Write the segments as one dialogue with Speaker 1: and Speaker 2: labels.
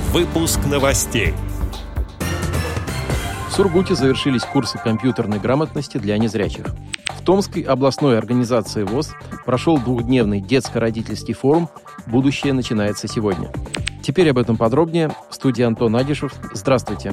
Speaker 1: Выпуск новостей.
Speaker 2: В Сургуте завершились курсы компьютерной грамотности для незрячих. В Томской областной организации ВОС прошел двухдневный детско-родительский форум «Будущее начинается сегодня». Теперь об этом подробнее. В студии Антон Агишев. Здравствуйте.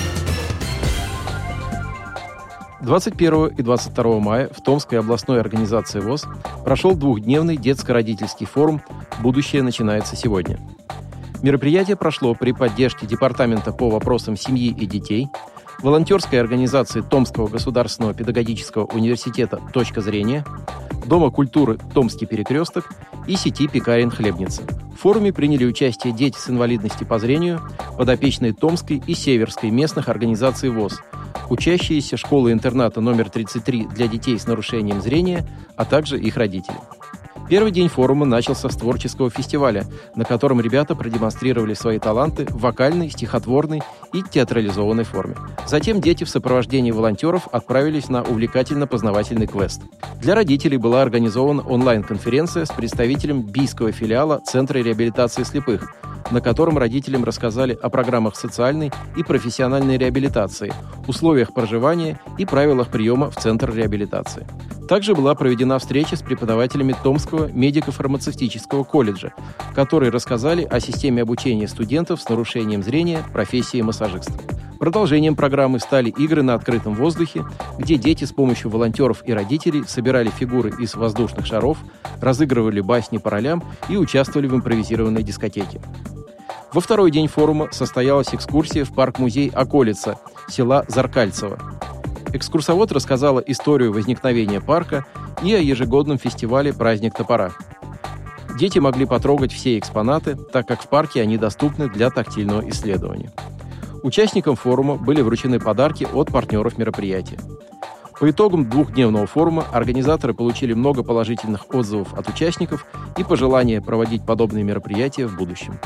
Speaker 2: 21 и 22 мая в Томской областной организации ВОС прошел двухдневный детско-родительский форум «Будущее начинается сегодня». Мероприятие прошло при поддержке Департамента по вопросам семьи и детей, волонтерской организации Томского государственного педагогического университета «Точка зрения», Дома культуры «Томский перекресток» и сети «Пекарен Хлебница». В форуме приняли участие дети с инвалидностью по зрению, подопечные Томской и Северской местных организаций ВОС, учащиеся школы-интерната номер 33 для детей с нарушением зрения, а также их родители. Первый день форума начался с творческого фестиваля, на котором ребята продемонстрировали свои таланты в вокальной, стихотворной и театрализованной форме. Затем дети в сопровождении волонтеров отправились на увлекательно-познавательный квест. Для родителей была организована онлайн-конференция с представителем бийского филиала Центра реабилитации слепых, на котором родителям рассказали о программах социальной и профессиональной реабилитации, условиях проживания и правилах приема в Центр реабилитации. Также была проведена встреча с преподавателями Томского медико-фармацевтического колледжа, которые рассказали о системе обучения студентов с нарушением зрения профессии массажист. Продолжением программы стали игры на открытом воздухе, где дети с помощью волонтеров и родителей собирали фигуры из воздушных шаров, разыгрывали басни по ролям и участвовали в импровизированной дискотеке. Во второй день форума состоялась экскурсия в парк-музей «Околица» села Заркальцево. Экскурсовод рассказала историю возникновения парка и о ежегодном фестивале «Праздник топора». Дети могли потрогать все экспонаты, так как в парке они доступны для тактильного исследования. Участникам форума были вручены подарки от партнеров мероприятия. По итогам двухдневного форума организаторы получили много положительных отзывов от участников и пожелания проводить подобные мероприятия в будущем.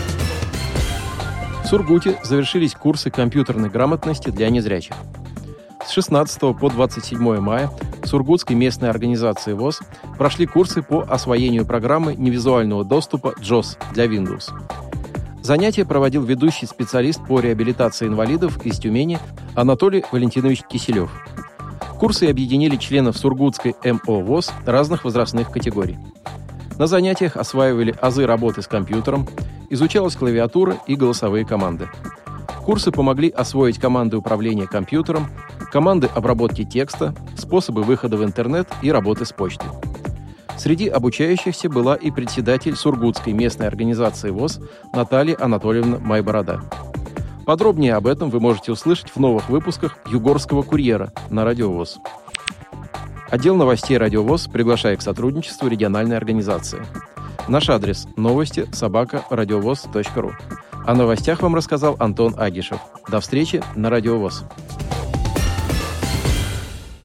Speaker 2: В Сургуте завершились курсы компьютерной грамотности для незрячих. С 16 по 27 мая в Сургутской местной организации ВОС прошли курсы по освоению программы невизуального доступа JOS для Windows. Занятия проводил ведущий специалист по реабилитации инвалидов из Тюмени Анатолий Валентинович Киселев. Курсы объединили членов Сургутской МО ВОС разных возрастных категорий. На занятиях осваивали азы работы с компьютером, изучалась клавиатура и голосовые команды. Курсы помогли освоить команды управления компьютером, команды обработки текста, способы выхода в интернет и работы с почтой. Среди обучающихся была и председатель Сургутской местной организации ВОС Наталья Анатольевна Майборода. Подробнее об этом вы можете услышать в новых выпусках «Югорского курьера» на Радио ВОС. Отдел новостей Радио ВОС приглашает к сотрудничеству региональной организации. Наш адрес – новости@радиовоз.ру. О новостях вам рассказал Антон Агишев. До встречи на Радио ВОС.